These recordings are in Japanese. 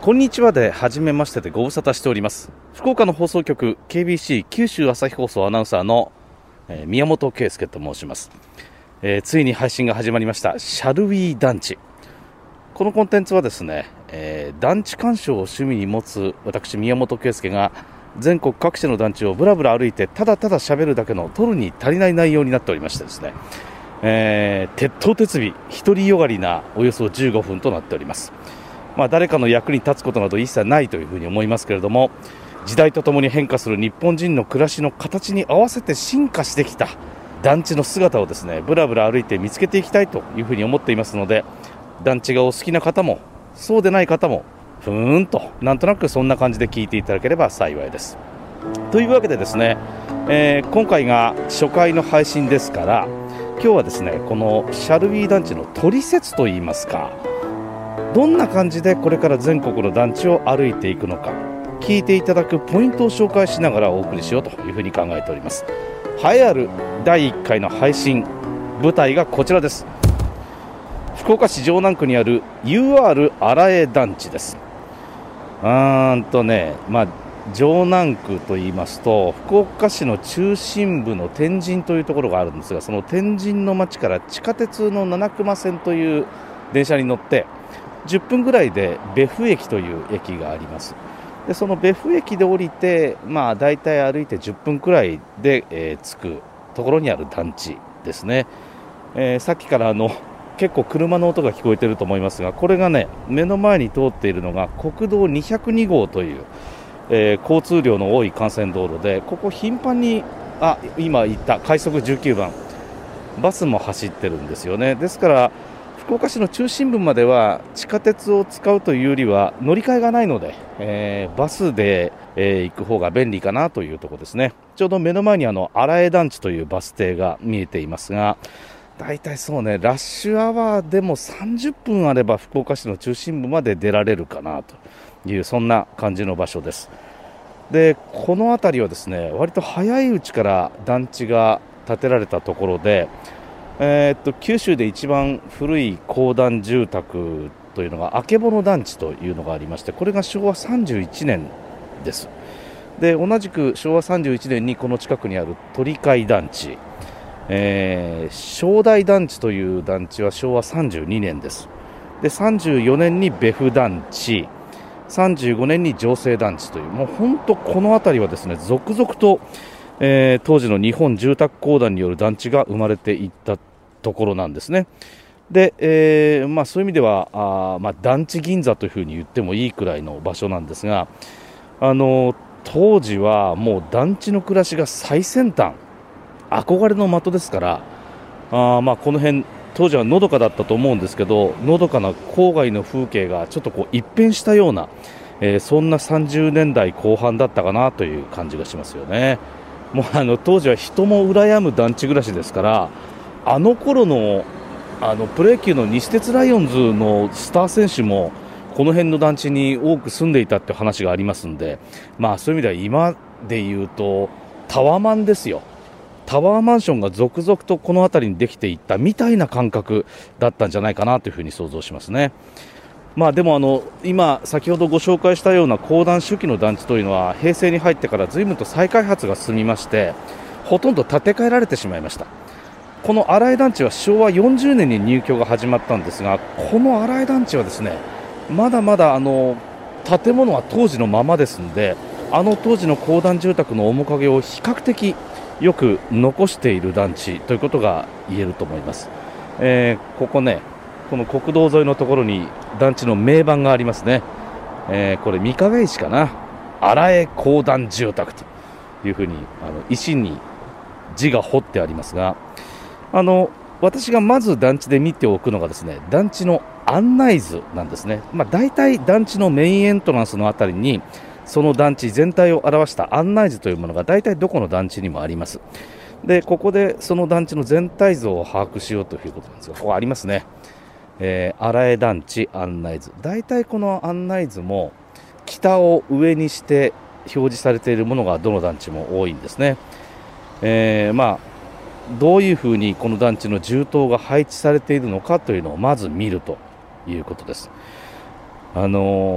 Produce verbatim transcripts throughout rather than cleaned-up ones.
こんにちはで初めましてでご無沙汰しております。福岡の放送局 ケービーシー 九州朝日放送アナウンサーの、えー、宮本圭介と申します、えー、ついに配信が始まりましたシャルウィー団地。このコンテンツはですね、えー、団地鑑賞を趣味に持つ私宮本圭介が全国各地の団地をブラブラ歩いてただただ喋るだけの取るに足りない内容になっておりましてですね、えー、鉄頭鉄尾独りよがりなおよそじゅうごふんとなっております。まあ、誰かの役に立つことなど一切ないというふうに思いますけれども、時代とともに変化する日本人の暮らしの形に合わせて進化してきた団地の姿をですね、ブラブラ歩いて見つけていきたいというふうに思っていますので、団地がお好きな方もそうでない方もふーんとなんとなくそんな感じで聞いていただければ幸いです。というわけでですね、えー、今回が初回の配信ですから、今日はですねこのシャルウィー団地の取説といいますか、どんな感じでこれから全国の団地を歩いていくのか、聞いていただくポイントを紹介しながらお送りしようというふうに考えております。栄えあるだいいっかいの配信、舞台がこちらです。福岡市城南区にある ユーアール 新江団地です。うーんとね、まあ城南区といいますと、福岡市の中心部の天神というところがあるんですが、その天神の町から地下鉄の七隈線という電車に乗ってじゅっぷんぐらいで別府駅という駅があります。でその別府駅で降りて、まあ、だいたい歩いてじゅっぷんくらいで、えー、着くところにある団地ですね。えー、さっきからあの結構車の音が聞こえていると思いますが、これがね、目の前に通っているのが国道にひゃくにごうという、えー、交通量の多い幹線道路で、ここ頻繁にあ今言った快速じゅうきゅうばんバスも走ってるんですよね。ですから福岡市の中心部までは地下鉄を使うというよりは乗り換えがないので、えー、バスで、えー、行く方が便利かなというところですね。ちょうど目の前にあの新江団地というバス停が見えていますが、だいたいそうね、ラッシュアワーでもさんじゅっぷんあれば福岡市の中心部まで出られるかなという、そんな感じの場所です。でこの辺りはですね、割と早いうちから団地が建てられたところで、えー、っと九州で一番古い公団住宅というのがあけぼの団地というのがありまして、これがしょうわさんじゅういちねんです。で同じくしょうわさんじゅういちねんにこの近くにある鳥飼団地、えー、正代団地という団地はしょうわさんじゅうにねんです。でさんじゅうよねんに別府団地、さんじゅうごねんに城西団地という、もう本当この辺りはですね続々と、えー、当時の日本住宅公団による団地が生まれていったところなんですね。で、えーまあ、そういう意味ではあ、まあ、団地銀座というふうに言ってもいいくらいの場所なんですが、あの当時はもう団地の暮らしが最先端、憧れの的ですから、あ、まあ、この辺当時はのどかだったと思うんですけど、のどかな郊外の風景がちょっとこう一変したような、えー、そんなさんじゅうねんだいこう半だったかなという感じがしますよね。もうあの当時は人も羨む団地暮らしですから、あの頃のあのプロ野球の西鉄ライオンズのスター選手もこの辺の団地に多く住んでいたって話がありますんで、まあそういう意味では今で言うとタワマンですよ。タワーマンションが続々とこの辺りにできていったみたいな感覚だったんじゃないかなというふうに想像しますね。まあでもあの今先ほどご紹介したような公団初期の団地というのは平成に入ってから随分と再開発が進みまして、ほとんど建て替えられてしまいました。この新江団地はしょうわよんじゅうねんに入居が始まったんですが、この新江団地はですねまだまだあの建物は当時のままですので、あの当時の公団住宅の面影を比較的よく残している団地ということが言えると思います。えー、ここね、この国道沿いのところに団地の名板がありますね。えー、これ三壁石かな、新江公団住宅というふうにあの石に字が彫ってありますが、あの私がまず団地で見ておくのがですね、団地の案内図なんですね。まあ、大体団地のメインエントランスのあたりにその団地全体を表した案内図というものが大体どこの団地にもあります。でここでその団地の全体像を把握しようということなんですが、ここありますね、えー、新江団地案内図。大体この案内図も北を上にして表示されているものがどの団地も多いんですね。えー、まあどういうふうにこの団地の銃刀が配置されているのかというのをまず見るということです。あの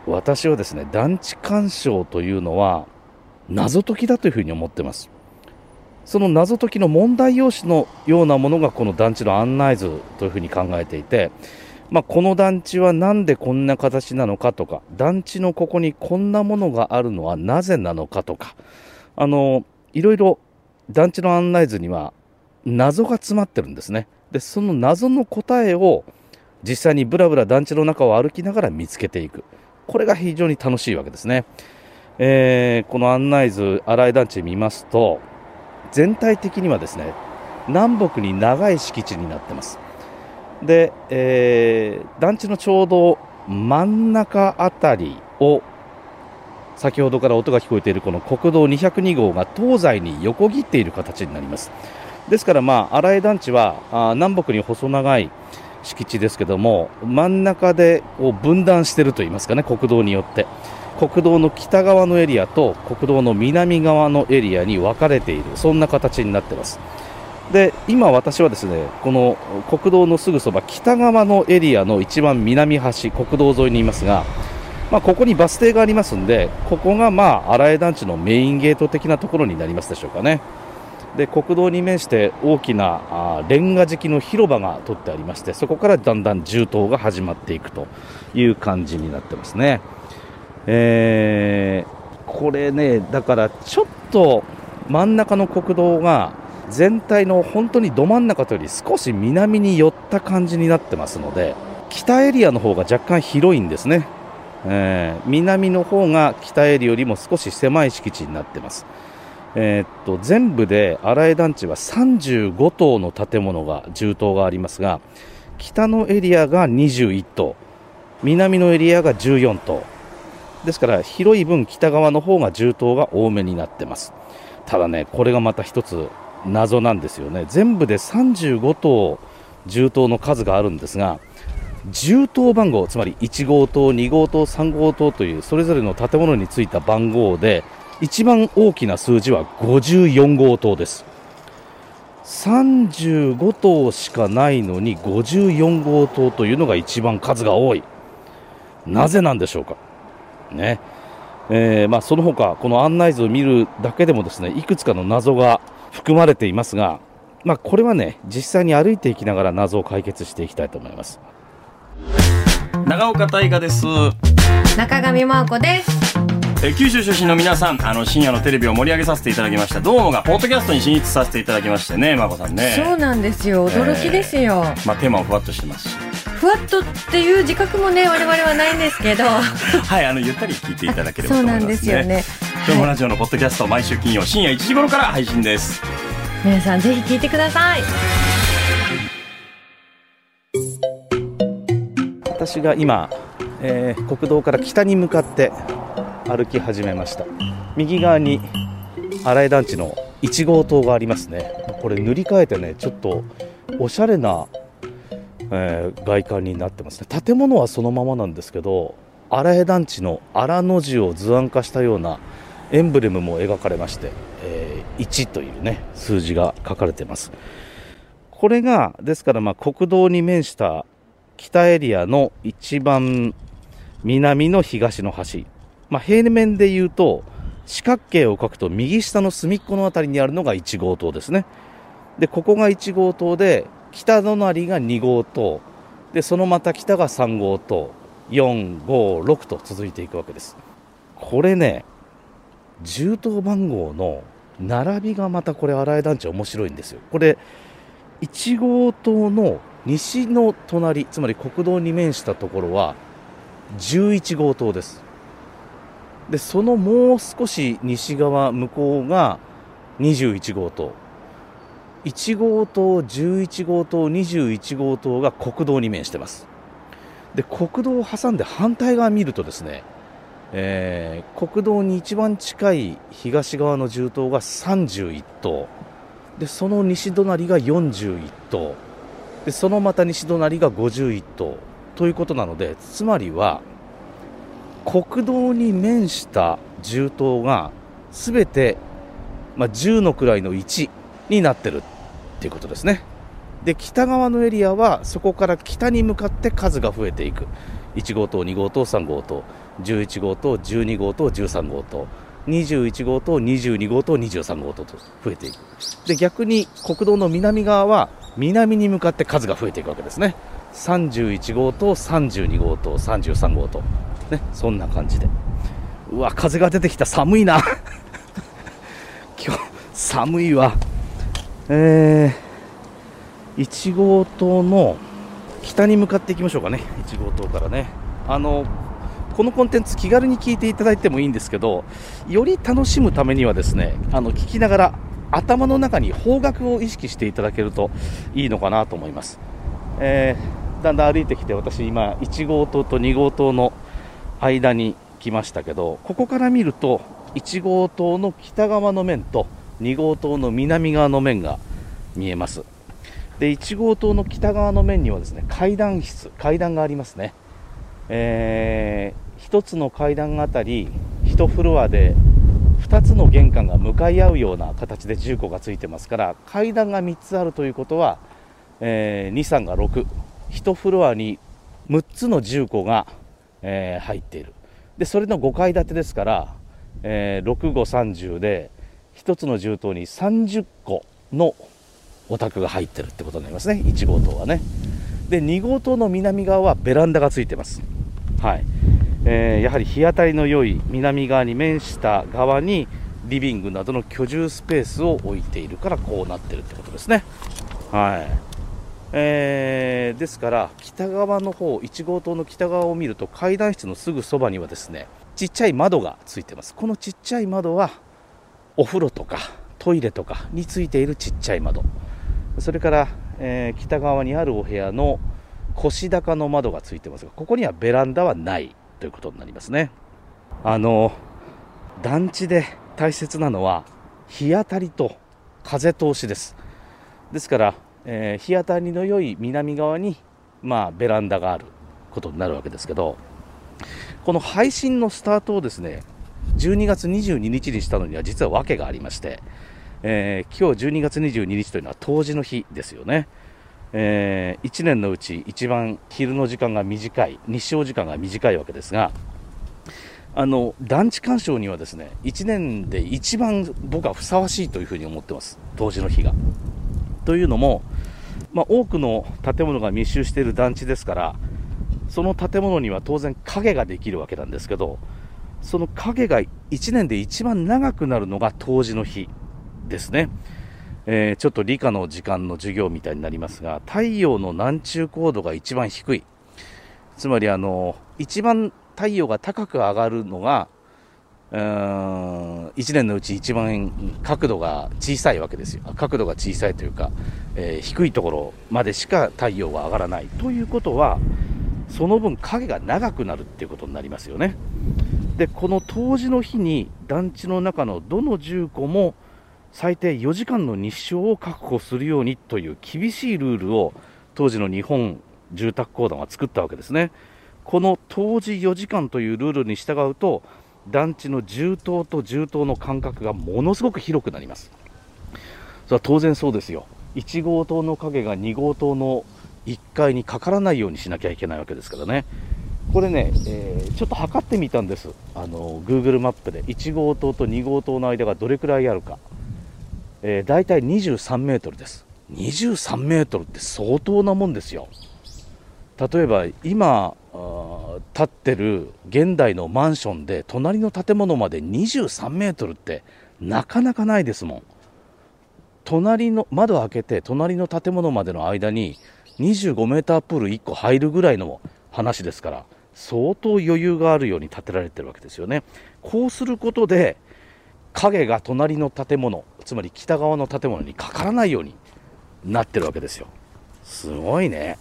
私はですね、団地干渉というのは謎解きだというふうに思ってます。その謎解きの問題用紙のようなものがこの団地の案内図というふうに考えていて、まあ、この団地はなんでこんな形なのかとか、団地のここにこんなものがあるのはなぜなのかとか、あのいろいろ団地の案内図には謎が詰まってるんですね。でその謎の答えを実際にブラブラ団地の中を歩きながら見つけていく、これが非常に楽しいわけですね。えー、この案内図新井団地見ますと、全体的にはですね、南北に長い敷地になってます。で、えー、団地のちょうど真ん中あたりを、先ほどから音が聞こえているこの国道にひゃくに号が東西に横切っている形になります。ですから、まあ、新井団地はあ南北に細長い敷地ですけども、真ん中でこう分断しているといいますかね、国道によって国道の北側のエリアと国道の南側のエリアに分かれている、そんな形になっています。で今私はですね、この国道のすぐそば北側のエリアの一番南端、国道沿いにいますが、まあ、ここにバス停がありますんで、ここがまあ新井団地のメインゲート的なところになりますでしょうかね。で国道に面して大きなあレンガ敷きの広場が取ってありまして、そこからだんだん渋滞が始まっていくという感じになってますね。えー、これね、だからちょっと真ん中の国道が全体の本当にど真ん中というより少し南に寄った感じになってますので、北エリアの方が若干広いんですね。えー、南の方が北エリアよりも少し狭い敷地になってます。えー、っと全部で新井団地はさんじゅうご棟の建物が住棟がありますが、北のエリアがにじゅういち棟、南のエリアがじゅうよん棟ですから、広い分北側の方が住棟が多めになってます。ただね、これがまた一つ謎なんですよね。全部でさんじゅうご棟住棟の数があるんですが、住棟番号、つまりいち号棟、に号棟、さん号棟というそれぞれの建物についた番号で一番大きな数字はごじゅうよん号棟です。さんじゅうご棟しかないのにごじゅうよん号棟というのが一番数が多い。なぜなんでしょうかね。えーまあ、その他この案内図を見るだけでもですね、いくつかの謎が含まれていますが、まあ、これはね、実際に歩いていきながら謎を解決していきたいと思います。 長岡大河です。 中上真央子です。 え九州出身の皆さん、あの深夜のテレビを盛り上げさせていただきましたどうもがポッドキャストに進出させていただきましてね、真央子さんね。 そうなんですよ、驚きですよ。 えーまあ、テーマもふわっとしてますし、 ふわっとっていう自覚もね我々はないんですけどはい、あのゆったり聞いていただければと思いますね。 そうなんですよね。 今日もラジオのポッドキャスト、毎週金曜深夜いちじ頃から配信です。 皆さんぜひ聞いてください。 私が今、えー、国道から北に向かって歩き始めました。右側に新井団地のいち号棟がありますね。これ塗り替えてね、ちょっとおしゃれな、えー、外観になってますね。建物はそのままなんですけど、新井団地の荒の字を図案化したようなエンブレムも描かれまして、えー、いちというね数字が書かれています。これがですから、まあ国道に面した北エリアの一番南の東の端、まあ、平面でいうと四角形を描くと右下の隅っこのあたりにあるのがいち号棟ですね。でここがいち号棟で、北隣がに号棟で、そのまた北がさん号棟、よん、ご、ろくと続いていくわけです。これね、住棟番号の並びがまたこれ新井団地面白いんですよ。これいち号棟の西の隣、つまり国道に面したところはじゅういち号棟です。でそのもう少し西側向こうがにじゅういち号棟、いち号棟、じゅういち号棟、にじゅういち号棟が国道に面してます。で国道を挟んで反対側見るとですね、えー、国道に一番近い東側の住棟がさんじゅういち棟で、その西隣がよんじゅういち棟で、そのまた西隣がごじゅういち棟ということなので、つまりは国道に面した住棟がすべて、まあ、じゅうの位のいちになってるっていうことですね。で北側のエリアはそこから北に向かって数が増えていく、いち号棟、に号棟、さん号棟、 じゅういちごうとじゅうにごうとじゅうさんごうとにじゅういちごうとにじゅうにごうとにじゅうさんごうとと増えていく。で逆に国道の南側は南に向かって数が増えていくわけですね。さんじゅういちごうとさんじゅうにごうとさんじゅうさんごうと、ね、そんな感じで。うわ風が出てきた。寒いな今日寒いわ。えー、いちごうとうの北に向かっていきましょうかね。いちごうとうからね、あのこのコンテンツ気軽に聞いていただいてもいいんですけど、より楽しむためにはですね、あの聞きながら頭の中に方角を意識していただけるといいのかなと思います。えー、だんだん歩いてきて、私今いちごうとうとにごうとうの間に来ましたけど、ここから見るといちごうとうの北側の面とにごうとうの南側の面が見えます。でいちごうとうの北側の面にはですね、階段室階段がありますね。えー、ひとつの階段あたりいちフロアでふたつの玄関が向かい合うような形で住戸がついてますから、階段がみっつあるということは、えー、に、さんがろく、いちフロアにむっつの住戸が、えー、入っている。でそれのごかい建てですから、えー、ろく、ご、さんじゅうでひとつの住棟にさんじゅっこのお宅が入ってるってことになりますね、いちごうとうはね。でにごうとうの南側はベランダがついてます。はい、えー、やはり日当たりの良い南側に面した側にリビングなどの居住スペースを置いているからこうなってるってことですね。はい、えー、ですから北側の方、いちごうとうの北側を見ると階段室のすぐそばにはですね、ちっちゃい窓がついてます。このちっちゃい窓はお風呂とかトイレとかについているちっちゃい窓、それから、えー、北側にあるお部屋の腰高の窓がついてますが、ここにはベランダはないということになりますね。あの団地で大切なのは日当たりと風通しです。ですから、えー、日当たりの良い南側に、まあ、ベランダがあることになるわけですけど、この配信のスタートをですねじゅうにがつにじゅうににちにしたのには実は訳がありまして、えー、今日じゅうにがつにじゅうににちというのは冬至の日ですよね。えー、いちねんのうち一番昼の時間が短い、日照時間が短いわけですが、あの団地鑑賞にはですねいちねんで一番僕はふさわしいというふうに思ってます、冬至の日が。というのも、まあ、多くの建物が密集している団地ですから、その建物には当然影ができるわけなんですけど、その影がいちねんで一番長くなるのが冬至の日ですね。えー、ちょっと理科の時間の授業みたいになりますが、太陽の南中高度が一番低い、つまりあの一番太陽が高く上がるのがうーんいちねんのうち一番角度が小さいわけですよ。角度が小さいというか、えー、低いところまでしか太陽が上がらないということは、その分影が長くなるっていうことになりますよね。でこの冬至の日に団地の中のどの住戸も最低よじかんの日照を確保するようにという厳しいルールを当時の日本住宅公団は作ったわけですね。この冬至よじかんというルールに従うと、団地の住棟と住棟の間隔がものすごく広くなります。それは当然そうですよ。いちごうとうの影がにごうとうのいっかいにかからないようにしなきゃいけないわけですからね。これね、えー、ちょっと測ってみたんです。あの Google マップでいちごうとうとにごうとうの間がどれくらいあるか。えー、だいたいにじゅうさんメートルです。にじゅうさんメートルって相当なもんですよ。例えば今建ってる現代のマンションで隣の建物までにじゅうさんメートルってなかなかないですもん。隣の窓を開けて隣の建物までの間ににじゅうごメータープールいっこ入るぐらいの話ですから、相当余裕があるように建てられてるわけですよね。こうすることで影が隣の建物、つまり北側の建物にかからないようになってるわけですよ。すごいね。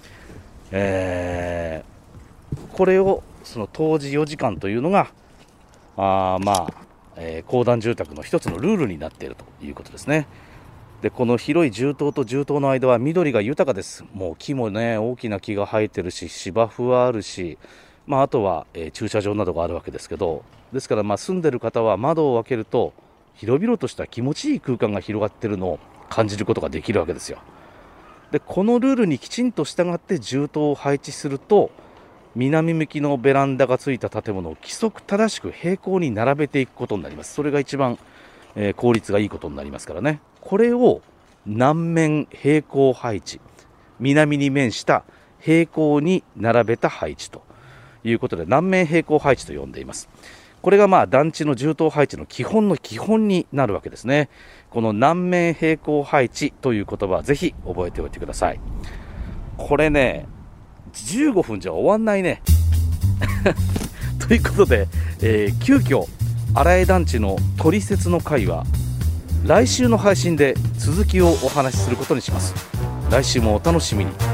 えー、これをその冬至よじかんというのがあまあ、えー、公団住宅の一つのルールになっているということですね。でこの広い住棟と住棟の間は緑が豊かです。もう木もね、大きな木が生えてるし、芝生はあるし、まあ、あとは、えー、駐車場などがあるわけですけど、ですからまあ住んでる方は窓を開けると広々とした気持ちいい空間が広がっているのを感じることができるわけですよ。でこのルールにきちんと従って住棟を配置すると、 南向きのベランダがついた建物を規則正しく平行に並べていくことになります。それが一番、えー、効率がいいことになりますからね。これを南面平行配置、南に面した平行に並べた配置ということで、南面平行配置と呼んでいます。これがまあ団地の住棟配置の基本の基本になるわけですね。この南面平行配置という言葉はぜひ覚えておいてください。これね、じゅうごふんじゃ終わんないねということで、えー、急遽新井団地の取説の会は来週の配信で続きをお話しすることにします。来週もお楽しみに。